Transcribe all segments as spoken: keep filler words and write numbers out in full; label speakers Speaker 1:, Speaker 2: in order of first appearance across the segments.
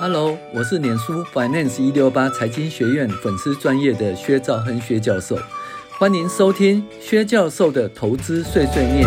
Speaker 1: Hello， 我是脸书 Finance 一六八财经学院粉丝专业的薛兆亨薛教授，欢迎收听薛教授的投资碎碎念。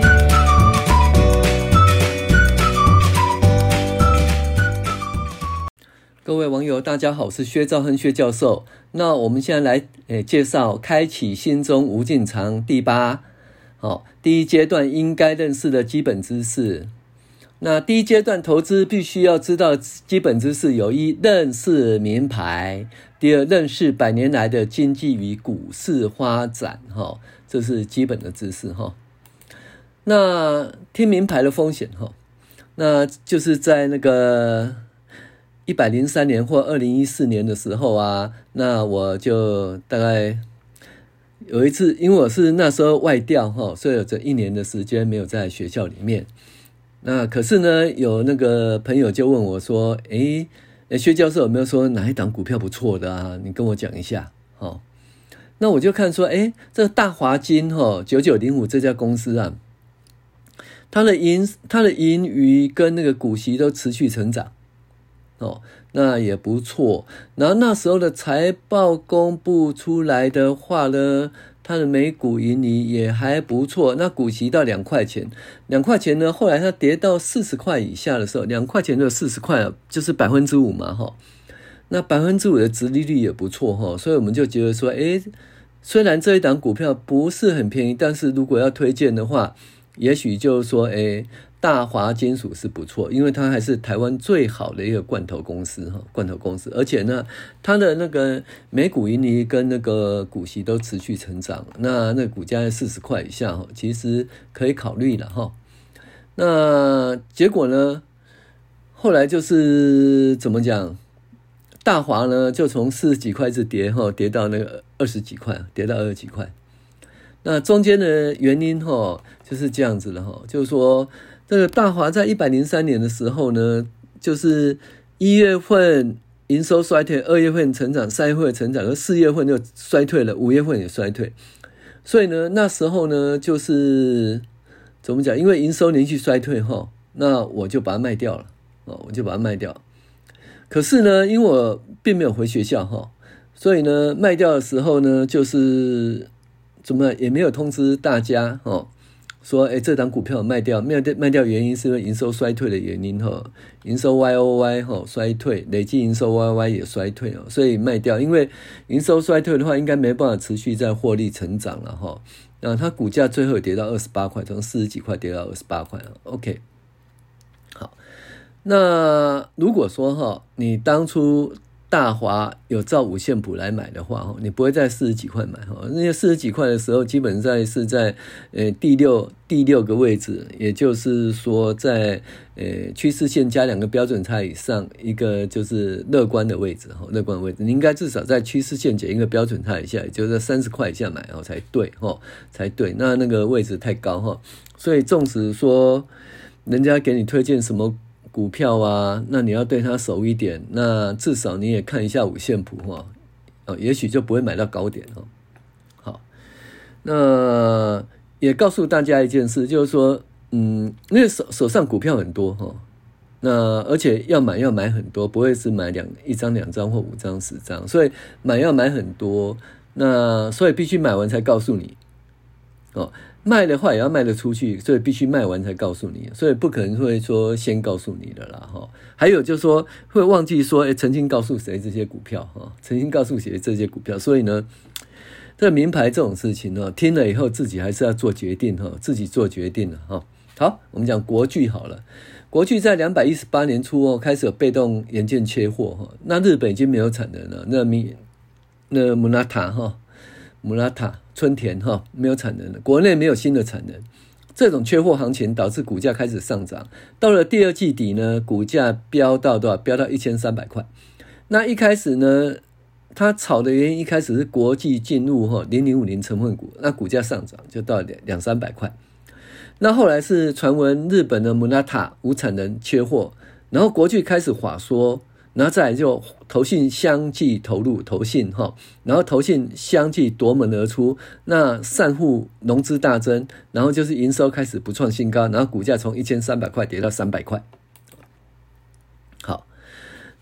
Speaker 1: 各位网友大家好，我是薛兆亨薛教授。那我们现在来、呃、介绍开启心中无尽藏第八、哦、第一阶段应该认识的基本知识。那第一阶段投资必须要知道基本知识有：一、认识名牌；第二、认识百年来的经济与股市发展，哈，这是基本的知识哈。那听名牌的风险哈，那就是在那个一百零三年或二零一四年的时候啊，那我就大概有一次，因为我是那时候外调哈，所以有这一年的时间没有在学校里面。那可是呢，有那个朋友就问我说：“诶，薛教授有没有说哪一档股票不错的啊？你跟我讲一下。”哦，那我就看说，诶，这个大华金哈九九零五这家公司啊，它的盈它的盈余跟那个股息都持续成长，哦，那也不错。然后那时候的财报公布出来的话呢，它的每股盈余也还不错，那股息到两块钱，两块钱呢，后来它跌到四十块以下的时候，两块钱就四十块，就是百分之五嘛，哈，那百分之五的殖利率也不错哈，所以我们就觉得说，诶，虽然这一档股票不是很便宜，但是如果要推荐的话，也许就是说，诶，大华金属是不错，因为它还是台湾最好的一个罐头公司哈，罐头公司，而且呢，它的那个每股盈利跟那个股息都持续成长，那那股价在四十块以下哈，其实可以考虑了哈。那结果呢，后来就是怎么讲，大华呢就从四十几块一直跌哈，跌到那个二十几块，跌到二十几块。那中间的原因哈就是这样子了哈，就是说。这个大华在一百零三年的时候呢，就是一月份营收衰退，二月份成长，三月份成长，而四月份就衰退了，五月份也衰退。所以呢，那时候呢，就是怎么讲？因为营收连续衰退哈，那我就把它卖掉了，哦，我就把它卖掉。可是呢，因为我并没有回学校哈，所以呢，卖掉的时候呢，就是怎么也没有通知大家哦。说，哎，这档股票卖掉，卖掉卖掉原因是因为营收衰退的原因哈，营收 Y O Y 哈衰退，累计营收 Y O Y 也衰退哦，所以卖掉。因为营收衰退的话，应该没办法持续在获利成长了哈。那它股价最后跌到二十八块，从四十几块跌到二十八块 OK， 好，那如果说哈，你当初大华有照五线谱来买的话，你不会在四十几块买，因为四十几块的时候基本上是在呃第六第六个位置，也就是说在呃趋势线加两个标准差以上，一个就是乐观的位置，乐观的位置，你应该至少在趋势线减一个标准差以下，也就是在三十块以下买才对才对，那那个位置太高，所以纵使说人家给你推荐什么股票啊，那你要对它熟一点，那至少你也看一下五线谱哈，哦，也许就不会买到高点哦。好，那也告诉大家一件事，就是说，嗯，因为手手上股票很多哈，那而且要买要买很多，不会是买两一张两张或五张十张，所以买要买很多，那所以必须买完才告诉你哦。卖的话也要卖得出去，所以必须卖完才告诉你，所以不可能会说先告诉你的啦哈。还有就是说会忘记说，哎，曾经告诉谁这些股票哈，曾经告诉谁这些股票，所以呢，这名牌这种事情呢，听了以后自己还是要做决定哈，自己做决定了哈。好，我们讲国巨好了，国巨在两百一十八年初哦开始有被动元件缺货哈，那日本已经没有产能了，那米那姆拉塔哈。姆拉塔、春田哈没有产能了，国内没有新的产能，这种缺货行情导致股价开始上涨。到了第二季底呢，股价飙到多少？飙到一千三百块。那一开始呢，它炒的原因一开始是国际进入哈零零五零成分股，那股价上涨就到两两三百块。那后来是传闻日本的姆拉塔无产能缺货，然后国巨开始法说。然后再来就投信相继投入投信哈，然后投信相继夺门而出，那散户融资大增，然后就是营收开始不创新高，然后股价从一千三百块跌到三百块。好，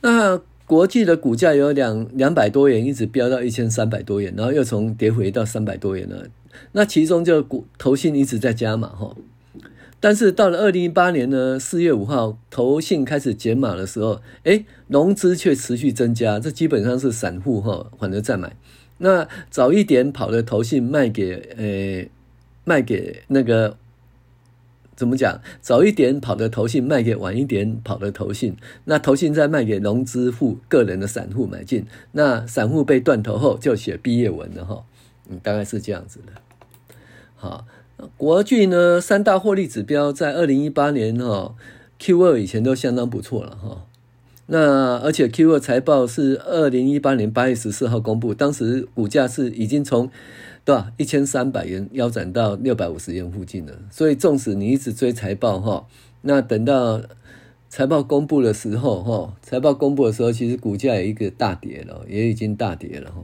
Speaker 1: 那国巨的股价有两两百多元，一直飙到一千三百多元，然后又从跌回到三百多元了。那其中就股投信一直在加码哈，但是到了二零一八年呢，四月五号投信开始减码的时候，哎，融资却持续增加，这基本上是散户哈反而在买。那早一点跑的投信卖给呃卖给那个。怎么讲？早一点跑的投信卖给晚一点跑的投信，那投信再卖给融资户个人的散户买进，那散户被断头后就写毕业文了哈，嗯，大概是这样子的。好，国巨呢三大获利指标在二零一八年哈 Q 二 以前都相当不错了哈。那而且 Q 二 财报是二零一八年八月十四号公布，当时股价是已经从对吧？一千三百元腰斩到六百五十元附近了，所以纵使你一直追财报哈，那等到财报公布的时候哈，财报公布的时候，其实股价有一个大跌了，也已经大跌了哈。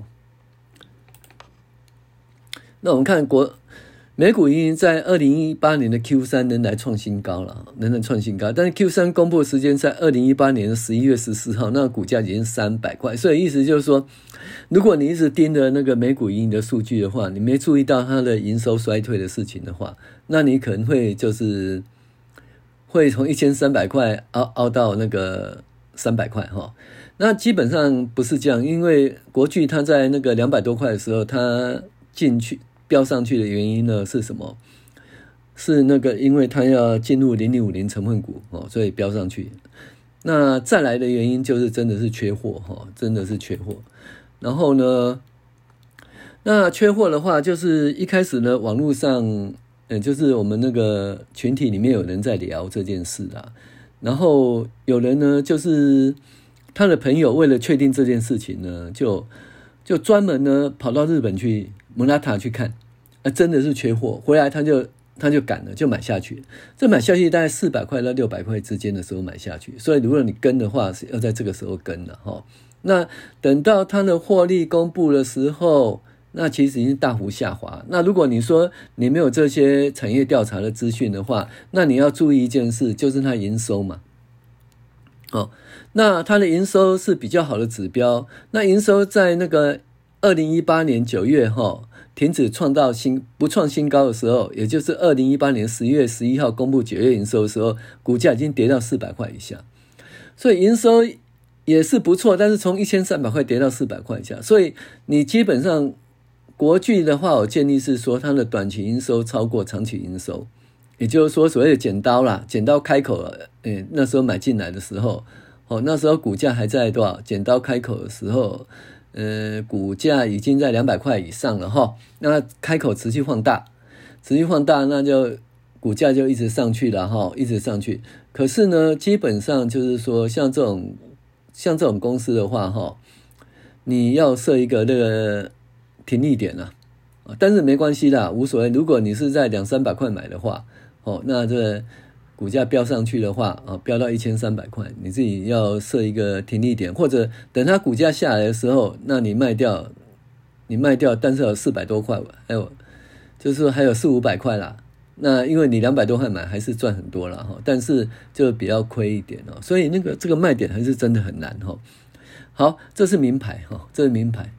Speaker 1: 那我们看国美股已经在二零一八年的 Q 三 仍然创新高了，仍然创新高，但是 Q 三 公布的时间在二零一八年的十一月十四号，那股价已经三百块，所以意思就是说，如果你一直盯着那个美股盈余的数据的话，你没注意到它的营收衰退的事情的话，那你可能会就是会从一千三百块凹凹到那个三百块哈。那基本上不是这样，因为国巨它在那个两百多块的时候，它进去飙上去的原因呢是什么？是那个因为它要进入零零五零成分股哦，所以飙上去。那再来的原因就是真的是缺货哈，真的是缺货。然后呢，那缺货的话，就是一开始呢，网络上，呃，就是我们那个群体里面有人在聊这件事啊。然后有人呢，就是他的朋友为了确定这件事情呢，就就专门呢跑到日本去蒙拉塔去看，啊，真的是缺货，回来他就他就赶了，就买下去。这买下去大概四百块到六百块之间的时候买下去，所以如果你跟的话，是要在这个时候跟了哈。那等到它的获利公布的时候，那其实已经大幅下滑。那如果你说你没有这些产业调查的资讯的话，那你要注意一件事，就是它营收嘛。哦，那它的营收是比较好的指标。那营收在那个二零一八年九月哈停止创造新不创新高的时候，也就是二零一八年十月十一号公布九月营收的时候，股价已经跌到四百块以下。所以营收也是不错，但是从一千三百块跌到四百块以下，所以你基本上国巨的话，我建议是说它的短期营收超过长期营收，也就是说所谓的剪刀啦，剪刀开口了，诶，那时候买进来的时候，哦，那时候股价还在多少？剪刀开口的时候，呃，股价已经在两百块以上了哈，那开口持续放大，持续放大，那就股价就一直上去了哈，一直上去。可是呢，基本上就是说，像这种。像这种公司的话哈，你要设一个那个停利点啊，但是没关系啦，无所谓。如果你是在两三百块买的话，哦，那这股价飙上去的话啊，飙到一千三百块，你自己要设一个停利点，或者等它股价下来的时候，那你卖掉，你卖掉，但是有四百多块，还有就是说还有四五百块啦。那因为你两百多块买还是赚很多了哈，但是就比较亏一点哦，所以那个这个卖点还是真的很难哈。好，这是名牌哈，这是名牌。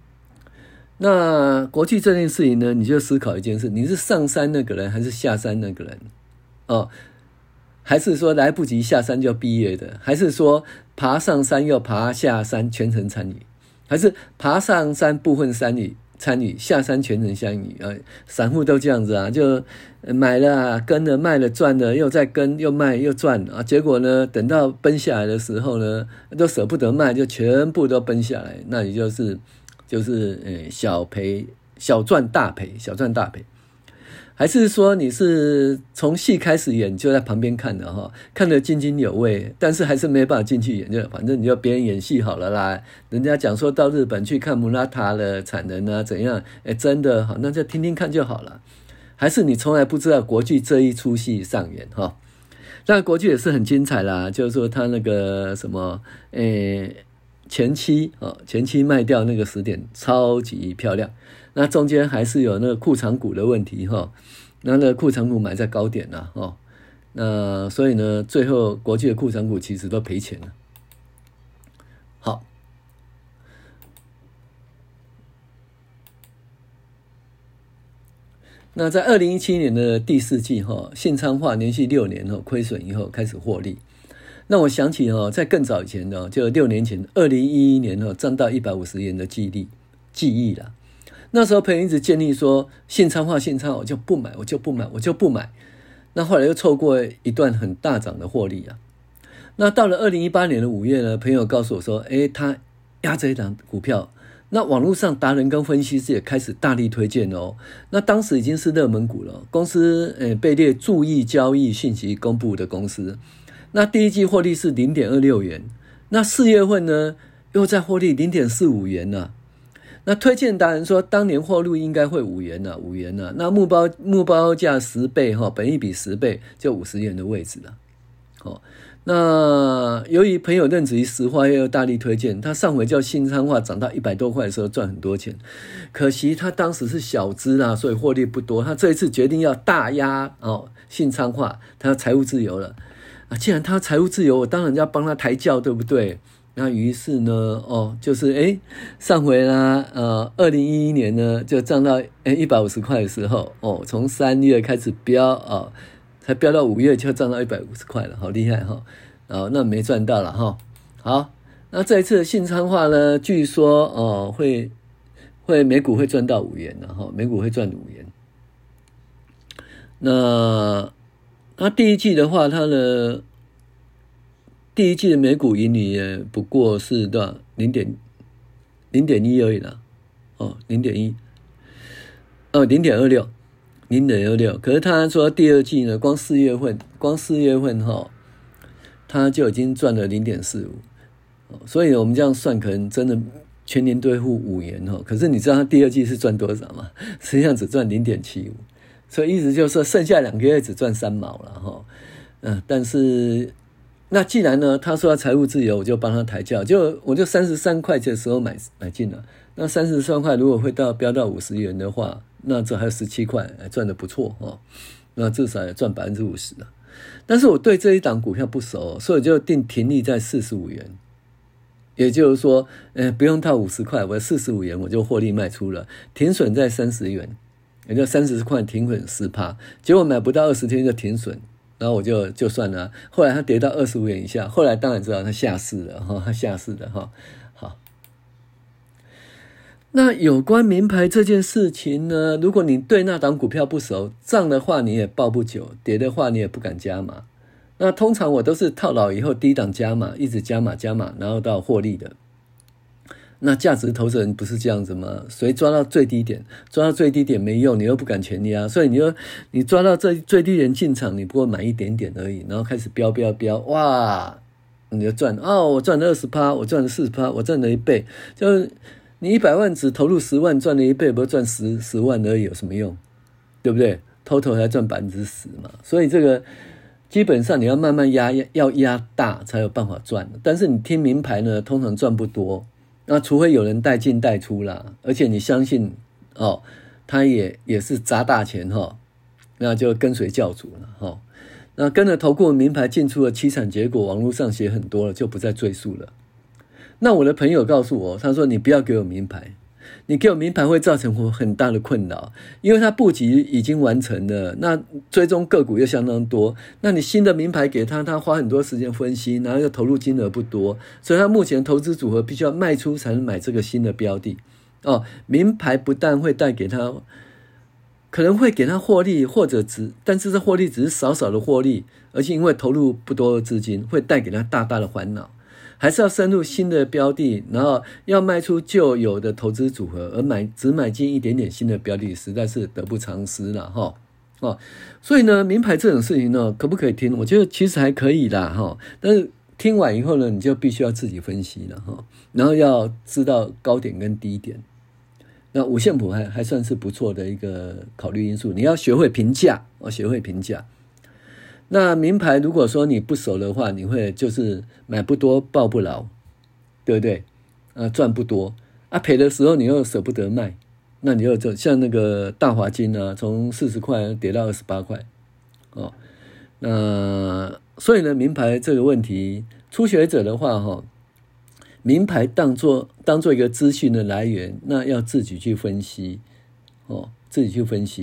Speaker 1: 那国巨这件事情呢，你就思考一件事：你是上山那个人还是下山那个人？哦，还是说来不及下山就毕业的？还是说爬上山又爬下山全程参与？还是爬上山部分参与？参与下山全程参与啊，散户都这样子啊，就买了跟了卖了赚了又再跟又卖又赚啊，结果呢等到奔下来的时候呢，都舍不得卖，就全部都奔下来，那你就是就是呃小赔小赚大赔，小赚大赔。还是说你是从戏开始演就在旁边看的哈，看得津津有味，但是还是没办法进去演，就反正你就别人演戏好了啦。人家讲说到日本去看穆拉塔的产能啊怎样，哎真的好，那就听听看就好了。还是你从来不知道国巨这一出戏上演哈？那国巨也是很精彩啦，就是说他那个什么诶前期哦前期卖掉那个时点超级漂亮。那中间还是有那个库藏股的问题哈，那那个库藏股买在高点了哦，那所以呢，最后国际的库藏股其实都赔钱了。 那在二零一七年的第四季哈，信昌化连续六年亏损以后开始获利。那我想起在更早以前呢，就六年前二零一一年赚到一百五十元的记忆记忆啦。那时候朋友一直建议说信昌化信昌化我就不买我就不买我就不买。那后来又错过一段很大涨的获利啊。那到了二零一八年的五月呢，朋友告诉我说，诶，他压这一档股票。那网络上达人跟分析师也开始大力推荐哦。那当时已经是热门股了，公司呃被列注意交易信息公布的公司。那第一季获利是 零点二六元，那四月份呢又在获利 零点四五元呢、啊。那推荐达人说，当年获利应该会五元呢、啊，五元呢、啊。那目标目标价十倍哈，本益比十倍，就五十元的位置了。哦，那由于朋友任职于石化业，又大力推荐，他上回叫信昌化涨到一百多块的时候赚很多钱，可惜他当时是小资啦，所以获利不多。他这一次决定要大压哦信昌化，他要财务自由了啊！既然他财务自由，我当然要帮他抬轿，对不对？那于是呢，哦，就是诶上回呢，呃，二零一一年呢就涨到诶一百五十块的时候，哦，从三月开始飙哦。才飙到五月就涨到一百五十块了，好厉害哈！哦，那没赚到了哈。好，那这一次的信昌化呢，据说哦会会每股会赚到五元的哈，每股会赚五元。那那第一季的话，它的第一季的每股盈利也不过是多少零点零点一而已啦，哦零点一，哦零点二六。零点二六，可是他说第二季呢，光四月份，光四月份哈，他就已经赚了 零点四五， 所以我们这样算，可能真的全年兑付五元哈。可是你知道他第二季是赚多少吗？实际上只赚 零点七五， 所以意思就是说剩下两个月只赚三毛了哈。嗯，但是那既然呢，他说要财务自由，我就帮他抬轿，就我就三十三块的时候买买进了。那三十三块如果会到飙到五十元的话，那这还有十七块，赚得不错哦。那至少也赚 百分之五十 了。但是我对这一档股票不熟，所以就定停利在四十五元。也就是说，呃，不用到五十块，我四十五元我就获利卖出了，停损在三十元，也就三十块停损 百分之十， 结果买不到二十天就停损，然后我就就算了。后来它跌到二十五元以下，后来当然知道它下市了哈，它下市了哈。好。那有关名牌这件事情呢，如果你对那档股票不熟，涨的话你也抱不久，跌的话你也不敢加码。那通常我都是套牢以后低档加码，一直加码加码，然后到获利的。那价值投资人不是这样子吗？谁抓到最低点，抓到最低点没用，你又不敢全压，所以你又你抓到这最低点进场，你不过买一点点而已，然后开始飙飙飙，哇，你就赚哦，我赚了 百分之二十， 我赚了 百分之四十， 我赚了一倍，就你一百万只投入十万，赚了一倍，不是赚十十万而已，有什么用？对不对 ？total 才赚 百分之十 嘛，所以这个基本上你要慢慢压，要压大才有办法赚。但是你听名牌呢，通常赚不多，那除非有人带进带出啦，而且你相信哦，他也也是砸大钱哈、哦，那就跟随教主了哈、哦。那跟着投顾名牌进出的凄惨结果，网络上写很多了，就不再赘述了。那我的朋友告诉我，他说你不要给我名牌，你给我名牌会造成我很大的困扰，因为他布局已经完成了，那追踪个股又相当多，那你新的名牌给他，他花很多时间分析，然后又投入金额不多，所以他目前投资组合必须要卖出才能买这个新的标的。哦，名牌不但会带给他，可能会给他获利，或者只，但是这获利只是少少的获利，而且因为投入不多的资金，会带给他大大的烦恼。还是要深入新的标的，然后要卖出旧有的投资组合，而买只买进一点点新的标的，实在是得不偿失了哈。哦，所以呢，名牌这种事情呢，可不可以听？我觉得其实还可以啦哈。但是听完以后呢，你就必须要自己分析了哈，然后要知道高点跟低点。那五线谱还还算是不错的一个考虑因素，你要学会评价，哦，学会评价。那名牌如果说你不熟的话，你会就是买不多抱不牢，对不对？啊，赚不多啊，赔的时候你又舍不得卖，那你又就像那个大华金啊，从四十块跌到二十八块，哦，那所以呢，名牌这个问题，初学者的话哈、哦，名牌当做当做一个资讯的来源，那要自己去分析，哦，自己去分析。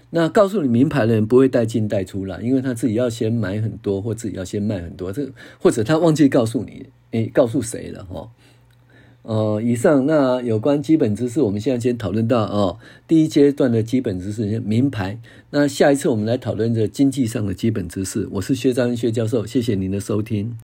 Speaker 1: 那告诉你名牌的人不会带进带出来，因为他自己要先买很多，或自己要先卖很多，这或者他忘记告诉你，诶，告诉谁了哈？呃，以上那有关基本知识，我们现在先讨论到哦，第一阶段的基本知识，名牌。那下一次我们来讨论这经济上的基本知识。我是薛兆亨薛教授，谢谢您的收听。